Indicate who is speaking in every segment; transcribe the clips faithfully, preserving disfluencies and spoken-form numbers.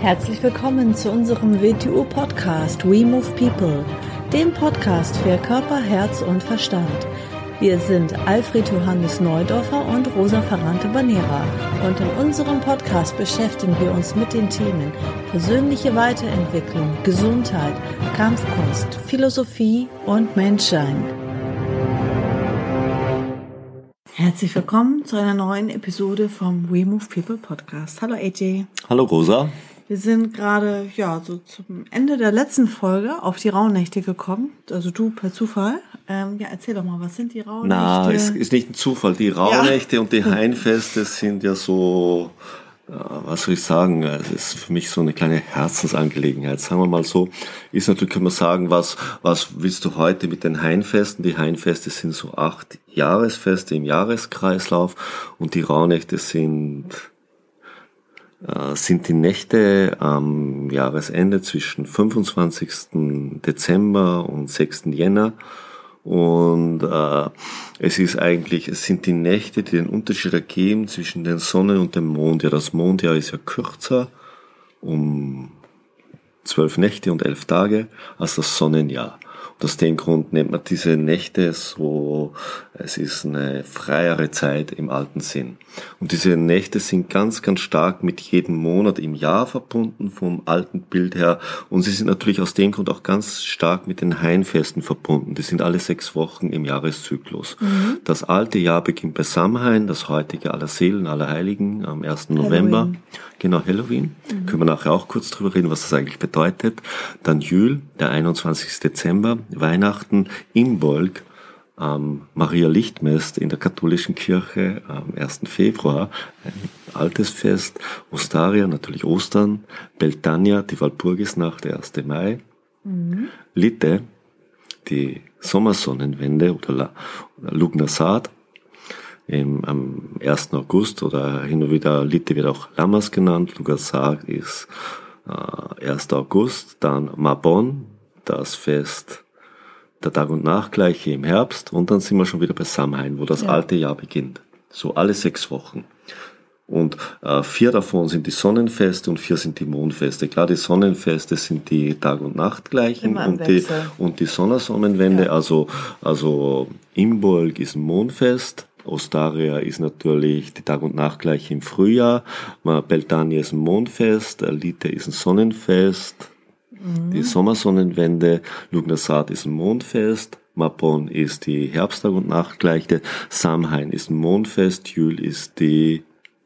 Speaker 1: Herzlich willkommen zu unserem W T U-Podcast We Move People, dem Podcast für Körper, Herz und Verstand. Wir sind Alfred Johannes Neudorfer und Rosa Ferrante-Banera und in unserem Podcast beschäftigen wir uns mit den Themen persönliche Weiterentwicklung, Gesundheit, Kampfkunst, Philosophie und Menschsein. Herzlich willkommen zu einer neuen Episode vom We Move People Podcast. Hallo A J.
Speaker 2: Hallo Rosa.
Speaker 1: Wir sind gerade ja so zum Ende der letzten Folge auf die Rauhnächte gekommen. Also du per Zufall. Ähm, ja, erzähl doch mal, was sind die Rauhnächte?
Speaker 2: Na, es ist nicht ein Zufall. Die Rauhnächte ja. und die Hainfeste sind ja so, äh, was soll ich sagen, es ist für mich so eine kleine Herzensangelegenheit. Sagen wir mal so, ist natürlich, können wir sagen, was, was willst du heute mit den Hainfesten? Die Hainfeste sind so acht Jahresfeste im Jahreskreislauf und die Rauhnächte sind... sind die Nächte am Jahresende zwischen fünfundzwanzigsten Dezember und sechsten Jänner. Und äh, es ist eigentlich, es sind die Nächte, die den Unterschied ergeben zwischen den Sonnen- und dem Mondjahr. Das Mondjahr ist ja kürzer, um zwölf Nächte und elf Tage, als das Sonnenjahr. Und aus dem Grund nennt man diese Nächte so, es ist eine freiere Zeit im alten Sinn. Und diese Nächte sind ganz, ganz stark mit jedem Monat im Jahr verbunden vom alten Bild her. Und sie sind natürlich aus dem Grund auch ganz stark mit den Hainfesten verbunden. Die sind alle sechs Wochen im Jahreszyklus. Mhm. Das alte Jahr beginnt bei Samhain, das heutige aller Seelen, aller Heiligen am ersten November. Halloween. Genau, Halloween. Mhm. Können wir nachher auch kurz drüber reden, was das eigentlich bedeutet. Dann Jül, der einundzwanzigsten Dezember. Weihnachten, Imbolg, ähm, Maria Lichtmess in der katholischen Kirche am ersten Februar, ein altes Fest, Ostaria, natürlich Ostern, Beltania, die Walpurgisnacht, der erste Mai, mhm. Lite, die Sommersonnenwende oder, La, oder Lughnasadh, im, am ersten August oder hin und wieder, Lite wird auch Lammas genannt, Lughnasadh ist äh, ersten August, dann Mabon, das Fest der Tag- und Nachtgleiche im Herbst und dann sind wir schon wieder bei Samhain, wo das ja. alte Jahr beginnt. So alle sechs Wochen. Und äh, vier davon sind die Sonnenfeste und vier sind die Mondfeste. Klar, die Sonnenfeste sind die Tag- und Nachtgleichen und die, und die Sommersonnenwende. Ja. Also, also Imbolg ist ein Mondfest. Ostaria ist natürlich die Tag- und Nachtgleiche im Frühjahr. Beltania ist ein Mondfest. Lite ist ein Sonnenfest. Die Sommersonnenwende, Lughnasadh ist ein Mondfest, Mabon ist die Herbsttag- und Nachtgleiche, Samhain ist ein Mondfest, Jül ist die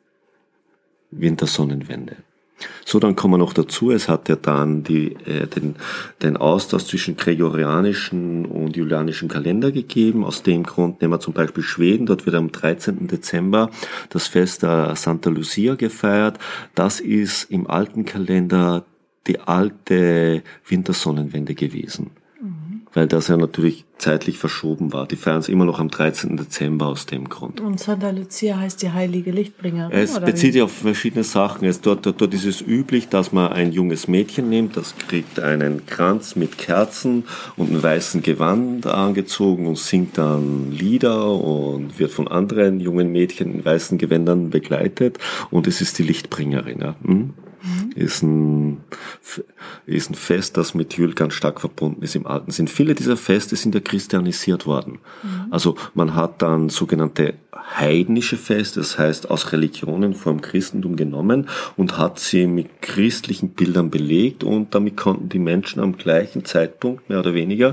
Speaker 2: Wintersonnenwende. So, dann kommen wir noch dazu, es hat ja dann die, äh, den, den Austausch zwischen gregorianischen und julianischen Kalender gegeben. Aus dem Grund nehmen wir zum Beispiel Schweden, dort wird am dreizehnten Dezember das Fest der Santa Lucia gefeiert. Das ist im alten Kalender die alte Wintersonnenwende gewesen, mhm. weil das ja natürlich zeitlich verschoben war. Die feiern es immer noch am dreizehnten Dezember aus dem Grund.
Speaker 1: Und Santa Lucia heißt die heilige Lichtbringerin?
Speaker 2: Es oder bezieht sich auf verschiedene Sachen. Es, dort, dort, dort ist es üblich, dass man ein junges Mädchen nimmt, das kriegt einen Kranz mit Kerzen und einem weißen Gewand angezogen und singt dann Lieder und wird von anderen jungen Mädchen in weißen Gewändern begleitet und es ist die Lichtbringerin. Ja. Hm? Ist ein, ist ein Fest, das mit Jül ganz stark verbunden ist im Alten Sinn. Viele dieser Feste sind ja christianisiert worden. Mhm. Also man hat dann sogenannte heidnische Feste, das heißt aus Religionen vom Christentum genommen und hat sie mit christlichen Bildern belegt und damit konnten die Menschen am gleichen Zeitpunkt, mehr oder weniger,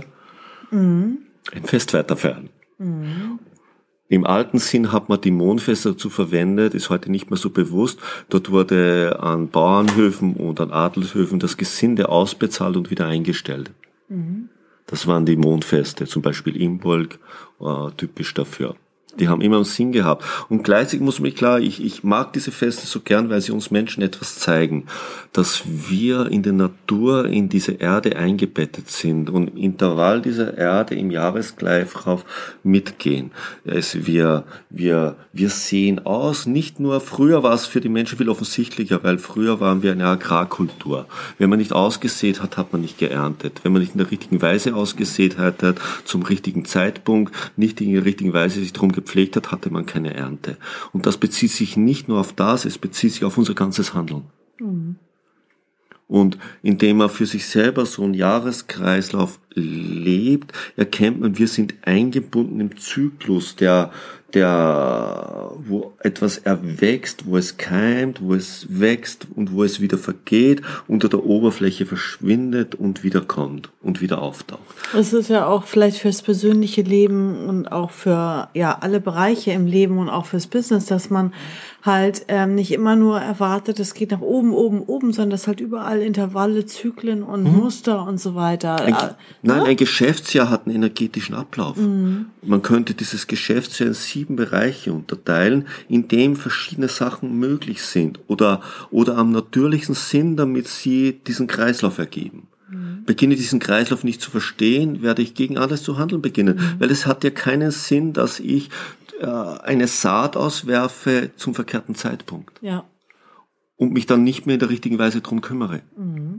Speaker 2: mhm. ein Fest weiterfeiern. Mhm. Im alten Sinn hat man die Mondfeste dazu verwendet, ist heute nicht mehr so bewusst. Dort wurde an Bauernhöfen und an Adelshöfen das Gesinde ausbezahlt und wieder eingestellt. Mhm. Das waren die Mondfeste, zum Beispiel Imbolg, äh, typisch dafür. Die haben immer einen Sinn gehabt. Und gleichzeitig muss man klar, ich, ich mag diese Feste so gern, weil sie uns Menschen etwas zeigen, dass wir in der Natur in diese Erde eingebettet sind und im Intervall dieser Erde im Jahreskreislauf mitgehen. Es, wir, wir, wir sehen aus, nicht nur, früher war es für die Menschen viel offensichtlicher, weil früher waren wir eine Agrarkultur. Wenn man nicht ausgesät hat, hat man nicht geerntet. Wenn man nicht in der richtigen Weise ausgesät hat, zum richtigen Zeitpunkt, nicht in der richtigen Weise sich darum gepflegt hat, hatte man keine Ernte. Und das bezieht sich nicht nur auf das, es bezieht sich auf unser ganzes Handeln. Mhm. Und indem man für sich selber so einen Jahreskreislauf lebt, erkennt man, wir sind eingebunden im Zyklus, der, der, wo etwas erwächst, wo es keimt, wo es wächst und wo es wieder vergeht, unter der Oberfläche verschwindet und wieder kommt und wieder auftaucht.
Speaker 1: Es ist ja auch vielleicht fürs persönliche Leben und auch für ja alle Bereiche im Leben und auch fürs Business, dass man halt ähm, nicht immer nur erwartet, es geht nach oben, oben, oben, sondern dass halt überall Intervalle, Zyklen und mhm. Muster und so weiter.
Speaker 2: Ein, äh, nein, ja? Ein Geschäftsjahr hat einen energetischen Ablauf. Mhm. Man könnte dieses Geschäftsjahr in sieben Bereiche unterteilen, in dem verschiedene Sachen möglich sind oder, oder am natürlichsten sind, damit sie diesen Kreislauf ergeben. Mhm. Beginne diesen Kreislauf nicht zu verstehen, werde ich gegen alles zu handeln beginnen, mhm. weil es hat ja keinen Sinn, dass ich eine Saat auswerfe zum verkehrten Zeitpunkt.
Speaker 1: Ja.
Speaker 2: Und mich dann nicht mehr in der richtigen Weise drum kümmere. Mhm.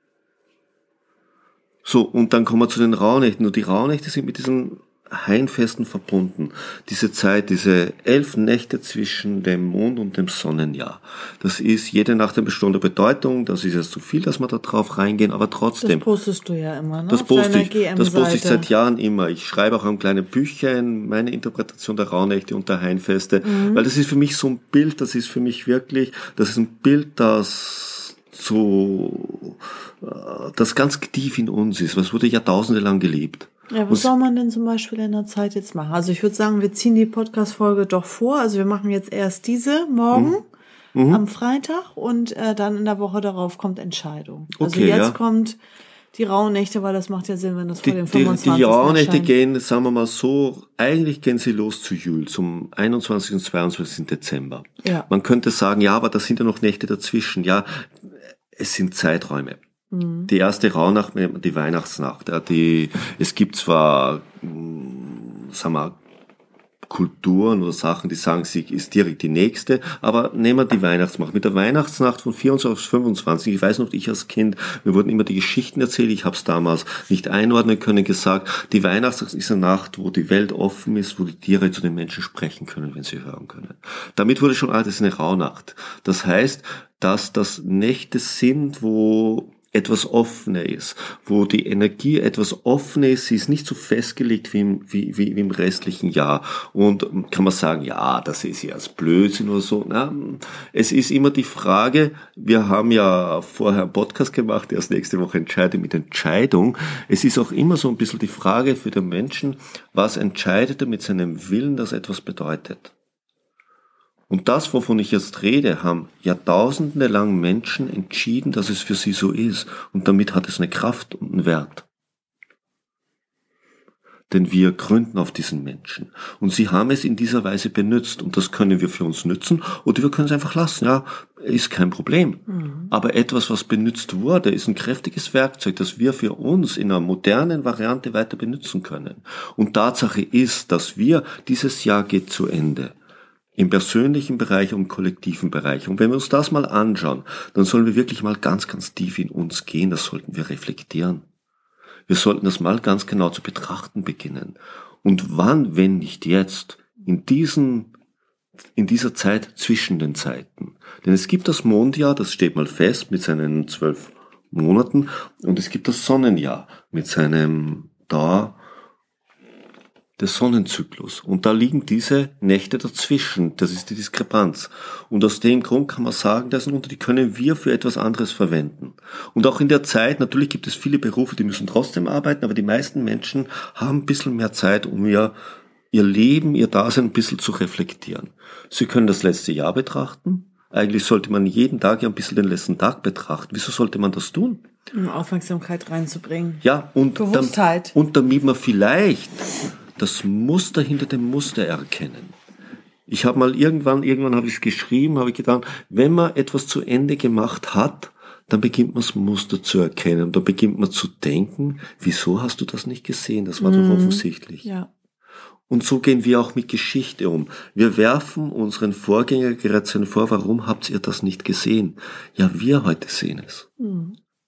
Speaker 2: So, und dann kommen wir zu den Rauhnächten. Und die Rauhnächte sind mit diesen Hainfesten verbunden. Diese Zeit, diese elf Nächte zwischen dem Mond und dem Sonnenjahr. Das ist jede Nacht eine bestimmte Bedeutung. Das ist jetzt zu viel, dass wir da drauf reingehen, aber trotzdem.
Speaker 1: Das postest du ja immer, ne?
Speaker 2: Das poste ich, das poste ich seit Jahren immer. Ich schreibe auch ein kleines Büchlein, meine Interpretation der Rauhnächte und der Hainfeste, mhm. weil das ist für mich so ein Bild, das ist für mich wirklich, das ist ein Bild, das so, das ganz tief in uns ist. Was wurde jahrtausende lang gelebt.
Speaker 1: Ja, was soll man denn zum Beispiel in der Zeit jetzt machen? Also ich würde sagen, wir ziehen die Podcast-Folge doch vor. Also wir machen jetzt erst diese morgen mhm. am Freitag und äh, dann in der Woche darauf kommt Entscheidung.
Speaker 2: Okay,
Speaker 1: also jetzt
Speaker 2: ja.
Speaker 1: kommt die Rauhnächte, weil das macht ja Sinn, wenn das vor
Speaker 2: die,
Speaker 1: dem fünfundzwanzigsten
Speaker 2: Die, die Rauhnächte
Speaker 1: erscheint.
Speaker 2: gehen, sagen wir mal so, eigentlich gehen sie los zu Jul, zum einundzwanzigsten und zweiundzwanzigsten Dezember.
Speaker 1: Ja.
Speaker 2: Man könnte sagen, ja, aber da sind ja noch Nächte dazwischen. Ja, es sind Zeiträume. Die erste Rauhnacht, die Weihnachtsnacht. Die, es gibt zwar, sagen wir, Kulturen oder Sachen, die sagen, sie ist direkt die nächste, aber nehmen wir die Weihnachtsnacht. Mit der Weihnachtsnacht von vierundzwanzig auf fünfundzwanzig, ich weiß noch, ich als Kind, mir wurden immer die Geschichten erzählt, ich habe es damals nicht einordnen können, gesagt, die Weihnachtsnacht ist eine Nacht, wo die Welt offen ist, wo die Tiere zu den Menschen sprechen können, wenn sie hören können. Damit wurde schon alles eine Rauhnacht. Das heißt, dass das Nächte sind, wo etwas offener ist, wo die Energie etwas offener ist, sie ist nicht so festgelegt wie im, wie, wie, wie im restlichen Jahr. Und kann man sagen, ja, das ist ja als Blödsinn oder so. Na, es ist immer die Frage, wir haben ja vorher einen Podcast gemacht, erst nächste Woche Entscheidung mit Entscheidung. Es ist auch immer so ein bisschen die Frage für den Menschen, was entscheidet er mit seinem Willen, dass etwas bedeutet. Und das, wovon ich jetzt rede, haben jahrtausende lang Menschen entschieden, dass es für sie so ist. Und damit hat es eine Kraft und einen Wert. Denn wir gründen auf diesen Menschen. Und sie haben es in dieser Weise benutzt. Und das können wir für uns nützen. Oder wir können es einfach lassen. Ja, ist kein Problem. Mhm. Aber etwas, was benutzt wurde, ist ein kräftiges Werkzeug, das wir für uns in einer modernen Variante weiter benutzen können. Und Tatsache ist, dass wir, dieses Jahr geht zu Ende. Im persönlichen Bereich und im kollektiven Bereich. Und wenn wir uns das mal anschauen, dann sollen wir wirklich mal ganz, ganz tief in uns gehen. Das sollten wir reflektieren. Wir sollten das mal ganz genau zu betrachten beginnen. Und wann, wenn nicht jetzt, in diesen, in dieser Zeit zwischen den Zeiten. Denn es gibt das Mondjahr, das steht mal fest, mit seinen zwölf Monaten. Und es gibt das Sonnenjahr mit seinem Dauer des Sonnenzyklus. Und da liegen diese Nächte dazwischen. Das ist die Diskrepanz. Und aus dem Grund kann man sagen, das sind, die können wir für etwas anderes verwenden. Und auch in der Zeit, natürlich gibt es viele Berufe, die müssen trotzdem arbeiten, aber die meisten Menschen haben ein bisschen mehr Zeit, um ihr, ihr Leben, ihr Dasein ein bisschen zu reflektieren. Sie können das letzte Jahr betrachten. Eigentlich sollte man jeden Tag ja ein bisschen den letzten Tag betrachten. Wieso sollte man das tun?
Speaker 1: Um Aufmerksamkeit reinzubringen.
Speaker 2: Ja, und,
Speaker 1: Bewusstheit.
Speaker 2: Dann, und damit man vielleicht das Muster hinter dem Muster erkennen. Ich habe mal irgendwann, irgendwann habe ich es geschrieben, habe ich gedacht, wenn man etwas zu Ende gemacht hat, dann beginnt man das Muster zu erkennen. Und dann beginnt man zu denken, wieso hast du das nicht gesehen? Das war mhm. doch offensichtlich.
Speaker 1: Ja.
Speaker 2: Und so gehen wir auch mit Geschichte um. Wir werfen unseren Vorgängergenerationen vor, warum habt ihr das nicht gesehen? Ja, wir heute sehen es. Mhm.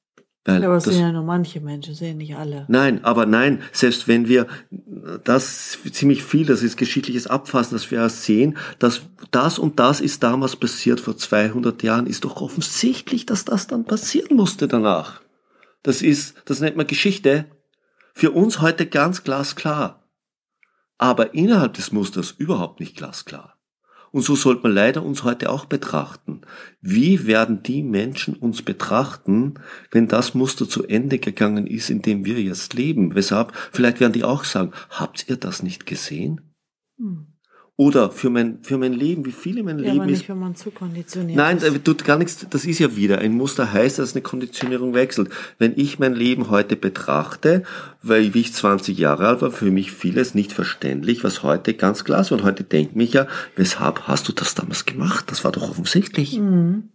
Speaker 2: Weil
Speaker 1: ja, aber es
Speaker 2: das,
Speaker 1: sind ja nur manche Menschen, sehen nicht alle.
Speaker 2: Nein, aber nein, selbst wenn wir das ziemlich viel, das ist geschichtliches Abfassen, dass wir sehen, dass das und das ist damals passiert vor zweihundert Jahren, ist doch offensichtlich, dass das dann passieren musste danach. Das ist, das nennt man Geschichte. Für uns heute ganz glasklar. Aber innerhalb des Musters überhaupt nicht glasklar. Und so sollte man leider uns heute auch betrachten. Wie werden die Menschen uns betrachten, wenn das Muster zu Ende gegangen ist, in dem wir jetzt leben? Weshalb, vielleicht werden die auch sagen, habt ihr das nicht gesehen? Hm. Oder für mein, für mein Leben, wie viel in meinem
Speaker 1: ja,
Speaker 2: Leben
Speaker 1: aber nicht,
Speaker 2: ist.
Speaker 1: wenn man zu konditioniert
Speaker 2: Nein,
Speaker 1: ist.
Speaker 2: das tut gar nichts, das ist ja wieder, ein Muster heißt, dass eine Konditionierung wechselt. Wenn ich mein Leben heute betrachte, weil wie ich zwanzig Jahre alt war, für mich vieles nicht verständlich, was heute ganz klar ist. Und heute denkt mich ja, weshalb hast du das damals gemacht? Das war doch offensichtlich. Mhm.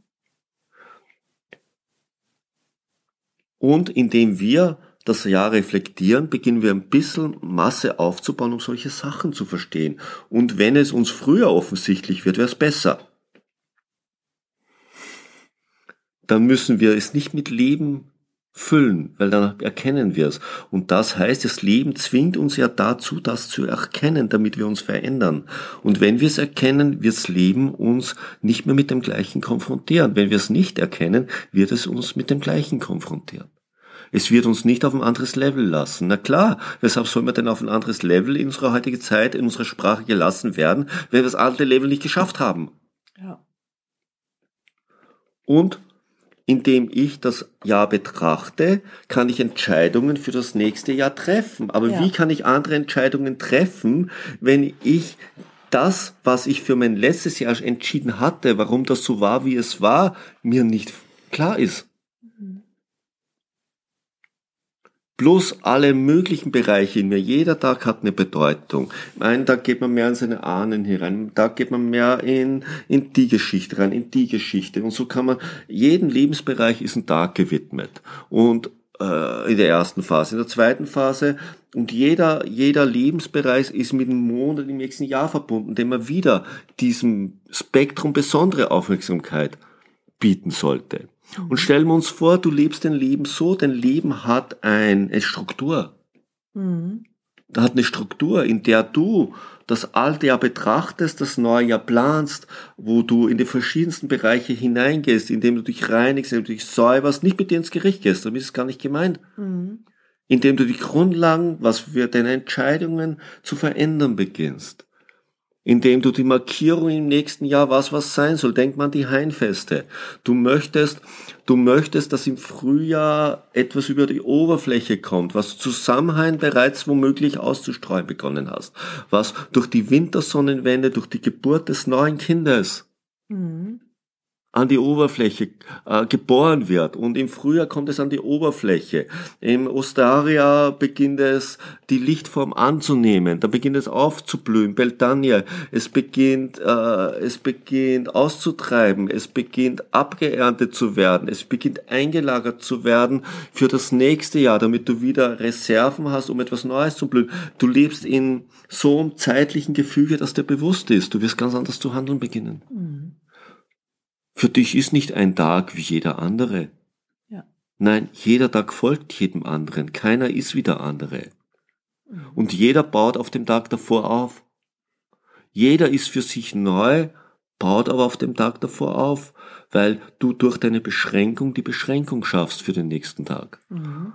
Speaker 2: Und indem wir das Jahr reflektieren, beginnen wir ein bisschen Masse aufzubauen, um solche Sachen zu verstehen. Und wenn es uns früher offensichtlich wird, wäre es besser. Dann müssen wir es nicht mit Leben füllen, weil dann erkennen wir es. Und das heißt, das Leben zwingt uns ja dazu, das zu erkennen, damit wir uns verändern. Und wenn wir es erkennen, wird das Leben uns nicht mehr mit dem Gleichen konfrontieren. Wenn wir es nicht erkennen, wird es uns mit dem Gleichen konfrontieren. Es wird uns nicht auf ein anderes Level lassen. Na klar, weshalb soll man denn auf ein anderes Level in unserer heutigen Zeit, in unserer Sprache gelassen werden, wenn wir das alte Level nicht geschafft haben?
Speaker 1: Ja.
Speaker 2: Und indem ich das Jahr betrachte, kann ich Entscheidungen für das nächste Jahr treffen. Aber ja. Wie kann ich andere Entscheidungen treffen, wenn ich das, was ich für mein letztes Jahr entschieden hatte, warum das so war, wie es war, mir nicht klar ist? Bloß alle möglichen Bereiche in mir. Jeder Tag hat eine Bedeutung. Einen Tag geht man mehr in seine Ahnen hinein, einen Tag geht man mehr in, in die Geschichte rein, in die Geschichte. Und so kann man, jeden Lebensbereich ist ein Tag gewidmet. Und äh, in der ersten Phase, in der zweiten Phase. Und jeder, jeder Lebensbereich ist mit einem Monat im nächsten Jahr verbunden, dem man wieder diesem Spektrum besondere Aufmerksamkeit bieten sollte. Und stellen wir uns vor, du lebst dein Leben so, dein Leben hat eine Struktur. Mhm. Da hat eine Struktur, in der du das alte Jahr betrachtest, das neue Jahr planst, wo du in die verschiedensten Bereiche hineingehst, indem du dich reinigst, indem du dich säuberst, nicht mit dir ins Gericht gehst, damit ist es gar nicht gemeint. Mhm. Indem du die Grundlagen, was für deine Entscheidungen zu verändern beginnst. Indem du die Markierung im nächsten Jahr, was was sein soll. Denk mal an die Hainfeste. Du möchtest, du möchtest, dass im Frühjahr etwas über die Oberfläche kommt, was zu Samhain bereits womöglich auszustreuen begonnen hast. Was durch die Wintersonnenwende, durch die Geburt des neuen Kindes mhm. an die Oberfläche äh, geboren wird. Und im Frühjahr kommt es an die Oberfläche. Im Ostaria beginnt es, die Lichtform anzunehmen. Da beginnt es aufzublühen. Beltania. Es beginnt, äh, es beginnt auszutreiben. Es beginnt abgeerntet zu werden. Es beginnt eingelagert zu werden für das nächste Jahr, damit du wieder Reserven hast, um etwas Neues zu blühen. Du lebst in so einem zeitlichen Gefüge, dass dir bewusst ist. Du wirst ganz anders zu handeln beginnen. Mhm. Für dich ist nicht ein Tag wie jeder andere. Ja. Nein, jeder Tag folgt jedem anderen. Keiner ist wie der andere. Mhm. Und jeder baut auf dem Tag davor auf. Jeder ist für sich neu, baut aber auf dem Tag davor auf, weil du durch deine Beschränkung die Beschränkung schaffst für den nächsten Tag.
Speaker 1: Mhm.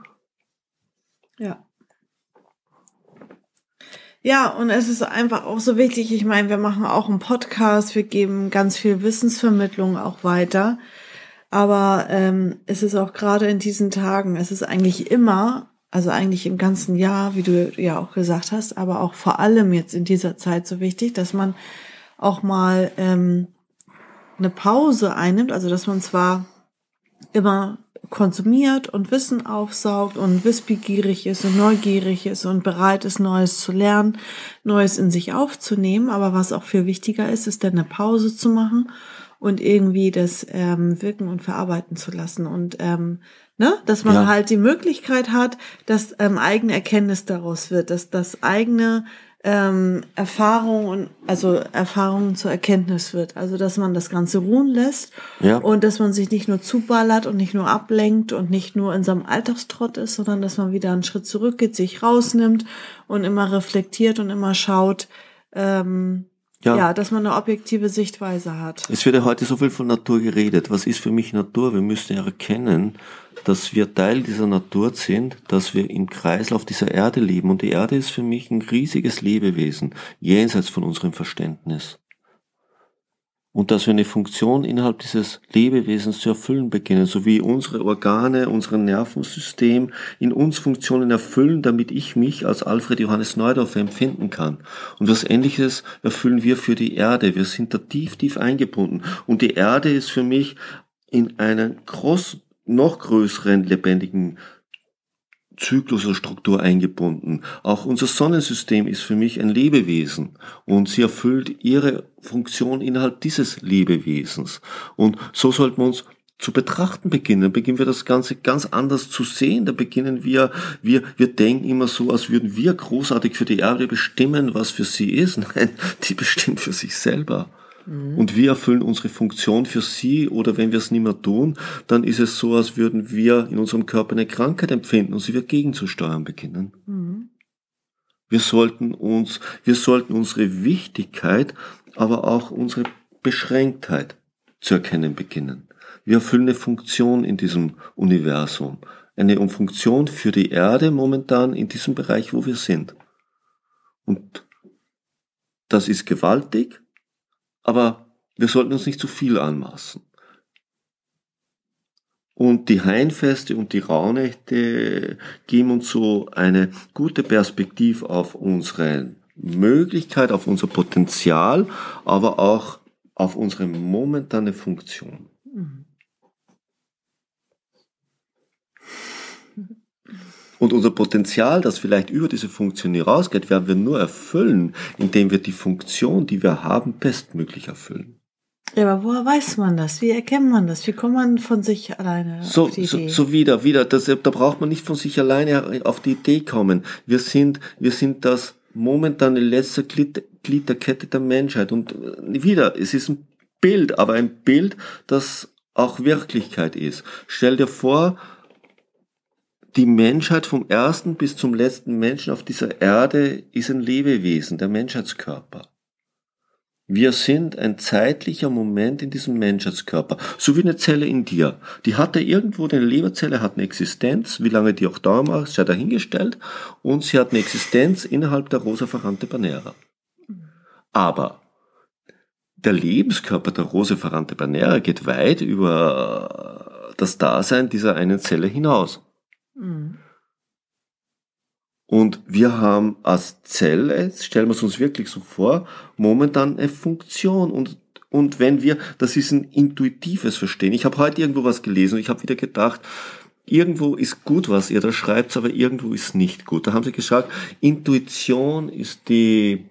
Speaker 1: Ja. Ja, und es ist einfach auch so wichtig, ich meine, wir machen auch einen Podcast, wir geben ganz viel Wissensvermittlung auch weiter, aber ähm, es ist auch gerade in diesen Tagen, es ist eigentlich immer, also eigentlich im ganzen Jahr, wie du ja auch gesagt hast, aber auch vor allem jetzt in dieser Zeit so wichtig, dass man auch mal ähm, eine Pause einnimmt, also dass man zwar immer konsumiert und Wissen aufsaugt und wissbegierig ist und neugierig ist und bereit ist, Neues zu lernen, Neues in sich aufzunehmen. Aber was auch viel wichtiger ist, ist dann eine Pause zu machen und irgendwie das ähm, wirken und verarbeiten zu lassen. Und ähm, ne, dass man ja. halt die Möglichkeit hat, dass ähm, eigene Erkenntnis daraus wird, dass das eigene ähm, Erfahrung und also Erfahrung zur Erkenntnis wird. Also dass man das Ganze ruhen lässt
Speaker 2: Ja.
Speaker 1: und dass man sich nicht nur zuballert und nicht nur ablenkt und nicht nur in seinem Alltagstrott ist, sondern dass man wieder einen Schritt zurückgeht, sich rausnimmt und immer reflektiert und immer schaut, ähm, ja. ja, dass man eine objektive Sichtweise hat.
Speaker 2: Es wird ja heute so viel von Natur geredet. Was ist für mich Natur? Wir müssen ja erkennen, dass wir Teil dieser Natur sind, dass wir im Kreislauf dieser Erde leben. Und die Erde ist für mich ein riesiges Lebewesen, jenseits von unserem Verständnis. Und dass wir eine Funktion innerhalb dieses Lebewesens zu erfüllen beginnen, so wie unsere Organe, unser Nervensystem in uns Funktionen erfüllen, damit ich mich als Alfred Johannes Neudorfer empfinden kann. Und was Ähnliches erfüllen wir für die Erde. Wir sind da tief, tief eingebunden. Und die Erde ist für mich in einen groß, noch größeren lebendigen Zyklus oder Struktur eingebunden. Auch unser Sonnensystem ist für mich ein Lebewesen und sie erfüllt ihre Funktion innerhalb dieses Lebewesens. Und so sollten wir uns zu betrachten beginnen. Dann beginnen wir das Ganze ganz anders zu sehen. Da beginnen wir, wir, wir denken immer so, als würden wir großartig für die Erde bestimmen, was für sie ist. Nein, die bestimmt für sich selber. Und wir erfüllen unsere Funktion für sie, oder wenn wir es nicht mehr tun, dann ist es so, als würden wir in unserem Körper eine Krankheit empfinden und sie wird gegenzusteuern beginnen. Mhm. Wir sollten uns, wir sollten unsere Wichtigkeit, aber auch unsere Beschränktheit zu erkennen beginnen. Wir erfüllen eine Funktion in diesem Universum, eine Funktion für die Erde momentan in diesem Bereich, wo wir sind. Und das ist gewaltig. Aber wir sollten uns nicht zu viel anmaßen. Und die Hainfeste und die Rauhnächte geben uns so eine gute Perspektive auf unsere Möglichkeit, auf unser Potenzial, aber auch auf unsere momentane Funktion. Mhm. Und unser Potenzial, das vielleicht über diese Funktion hinausgeht, werden wir nur erfüllen, indem wir die Funktion, die wir haben, bestmöglich erfüllen.
Speaker 1: Ja, aber woher weiß man das? Wie erkennt man das? Wie kommt man von sich alleine
Speaker 2: so,
Speaker 1: auf die Idee?
Speaker 2: So, so wieder, wieder. Das, da braucht man nicht von sich alleine auf die Idee kommen. Wir sind, wir sind das momentane letzte Glied, Glied der Kette der Menschheit. Und wieder, es ist ein Bild, aber ein Bild, das auch Wirklichkeit ist. Stell dir vor, die Menschheit vom ersten bis zum letzten Menschen auf dieser Erde ist ein Lebewesen, der Menschheitskörper. Wir sind ein zeitlicher Moment in diesem Menschheitskörper, so wie eine Zelle in dir. Die hatte irgendwo, deine Leberzelle hat eine Existenz, wie lange die auch dauern mag, sei dahingestellt, und sie hat eine Existenz innerhalb der Rosa Ferrante Panera. Aber der Lebenskörper der Rosa Ferrante Panera geht weit über das Dasein dieser einen Zelle hinaus. Mhm. Und wir haben als Zelle, jetzt stellen wir es uns wirklich so vor, momentan eine Funktion. Und, und wenn wir, das ist ein intuitives Verstehen. Ich habe heute irgendwo was gelesen und ich habe wieder gedacht, irgendwo ist gut, was ihr da schreibt, aber irgendwo ist nicht gut. Da haben sie gesagt, Intuition ist die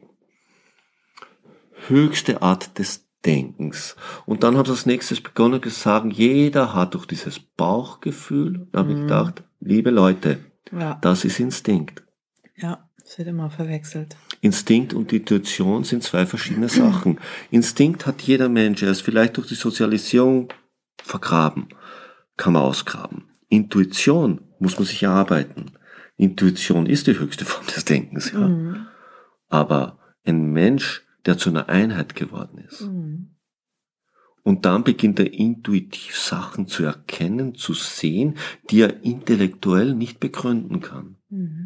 Speaker 2: höchste Art des Denkens. Und dann haben sie als nächstes begonnen zu sagen, jeder hat doch dieses Bauchgefühl. Da habe mhm. ich gedacht, liebe Leute, ja. Das ist Instinkt.
Speaker 1: Ja, das wird immer verwechselt.
Speaker 2: Instinkt und Intuition sind zwei verschiedene Sachen. Instinkt hat jeder Mensch, er ist vielleicht durch die Sozialisierung vergraben, kann man ausgraben. Intuition muss man sich erarbeiten. Intuition ist die höchste Form des Denkens, ja. Mhm. Aber ein Mensch, der zu einer Einheit geworden ist. Mhm. Und dann beginnt er intuitiv Sachen zu erkennen, zu sehen, die er intellektuell nicht begründen kann. Mhm.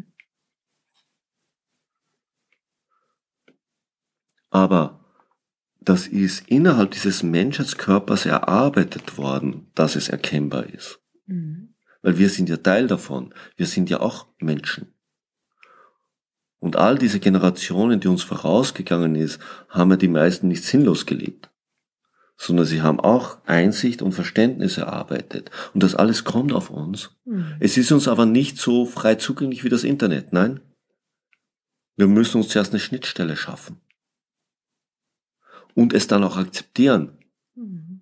Speaker 2: Aber das ist innerhalb dieses Menschheitskörpers erarbeitet worden, dass es erkennbar ist. Mhm. Weil wir sind ja Teil davon. Wir sind ja auch Menschen. Und all diese Generationen, die uns vorausgegangen ist, haben ja die meisten nicht sinnlos gelebt. Sondern sie haben auch Einsicht und Verständnis erarbeitet. Und das alles kommt auf uns. Mhm. Es ist uns aber nicht so frei zugänglich wie das Internet, nein. Wir müssen uns zuerst eine Schnittstelle schaffen. Und es dann auch akzeptieren. Mhm.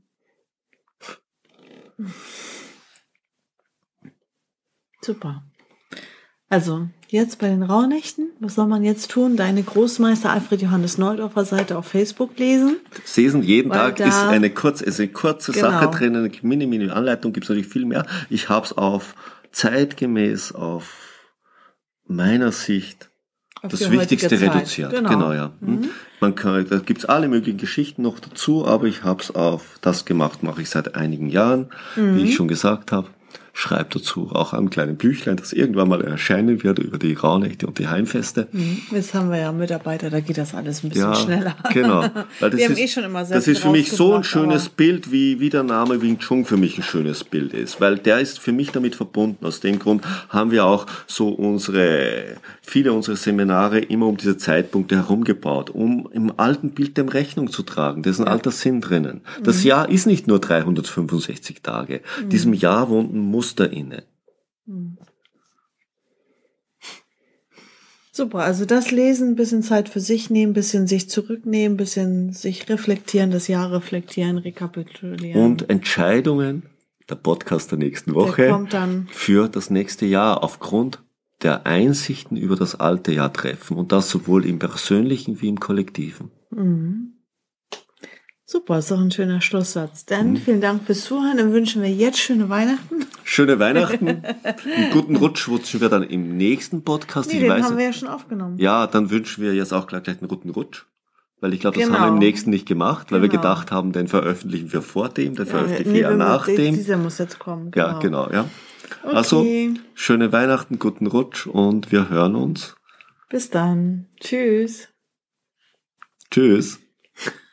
Speaker 1: Super. Also, jetzt bei den Rauhnächten, was soll man jetzt tun? Deine Großmeister Alfred Johannes Neudorfer Seite auf Facebook lesen.
Speaker 2: Lesen jeden
Speaker 1: Weil
Speaker 2: Tag
Speaker 1: da-
Speaker 2: ist eine kurze, ist eine kurze
Speaker 1: Genau.
Speaker 2: Sache drin, eine mini, mini Anleitung, gibt es natürlich viel mehr. Ich habe es auf zeitgemäß, auf meiner Sicht
Speaker 1: Auf
Speaker 2: das
Speaker 1: die heutige
Speaker 2: Wichtigste
Speaker 1: Zeit.
Speaker 2: reduziert.
Speaker 1: Genau.
Speaker 2: Genau, ja. Mhm. Man kann, da gibt's alle möglichen Geschichten noch dazu, aber ich habe es auf das gemacht, mache ich seit einigen Jahren,
Speaker 1: Mhm.
Speaker 2: wie ich schon gesagt habe. Schreibe dazu auch ein kleines Büchlein, das irgendwann mal erscheinen wird über die Rauhnächte und die Heimfeste.
Speaker 1: Mhm. Jetzt haben wir ja Mitarbeiter, da geht das alles ein bisschen
Speaker 2: Ja,
Speaker 1: schneller.
Speaker 2: genau. Weil das
Speaker 1: Wir haben
Speaker 2: ist,
Speaker 1: eh schon immer sehr
Speaker 2: das
Speaker 1: viel
Speaker 2: ist für mich so ein
Speaker 1: rausgebracht,
Speaker 2: schönes
Speaker 1: aber-
Speaker 2: Bild, wie, wie der Name Wing Chun für mich ein schönes Bild ist. Weil der ist für mich damit verbunden. Aus dem Grund haben wir auch so unsere, viele unserer Seminare immer um diese Zeitpunkte herumgebaut, um im alten Bild dem Rechnung zu tragen. Da ist ein alter Sinn drinnen. Das
Speaker 1: Mhm.
Speaker 2: Jahr ist nicht nur dreihundertfünfundsechzig Tage. Diesem Jahr wohnt ein Muster inne.
Speaker 1: Super, also das Lesen, ein bisschen Zeit für sich nehmen, ein bisschen sich zurücknehmen, ein bisschen sich reflektieren, das Jahr reflektieren, rekapitulieren.
Speaker 2: Und Entscheidungen, der Podcast der nächsten Woche,
Speaker 1: kommt dann.
Speaker 2: für das nächste Jahr aufgrund der Einsichten über das alte Jahr treffen. Und das sowohl im Persönlichen wie im Kollektiven.
Speaker 1: Mhm. Super, ist doch ein schöner Schlusssatz. Dann
Speaker 2: Mhm.
Speaker 1: vielen Dank fürs Zuhören. Dann wünschen wir jetzt schöne Weihnachten.
Speaker 2: Schöne Weihnachten. Einen guten Rutsch wünschen wir dann im nächsten Podcast.
Speaker 1: Nee,
Speaker 2: ich
Speaker 1: den
Speaker 2: weiß
Speaker 1: haben wir
Speaker 2: nicht.
Speaker 1: ja schon aufgenommen.
Speaker 2: Ja, dann wünschen wir jetzt auch gleich gleich einen guten Rutsch. Weil ich glaube, das
Speaker 1: Genau.
Speaker 2: haben wir im nächsten nicht gemacht, weil wir
Speaker 1: Genau.
Speaker 2: gedacht haben, den veröffentlichen wir vor dem, den veröffentlichen
Speaker 1: nee,
Speaker 2: wir
Speaker 1: wir-
Speaker 2: nach dem.
Speaker 1: Dieser muss jetzt kommen.
Speaker 2: Ja, genau, ja.
Speaker 1: Okay.
Speaker 2: Also, schöne Weihnachten, guten Rutsch und wir hören uns.
Speaker 1: Bis dann. Tschüss.
Speaker 2: Tschüss.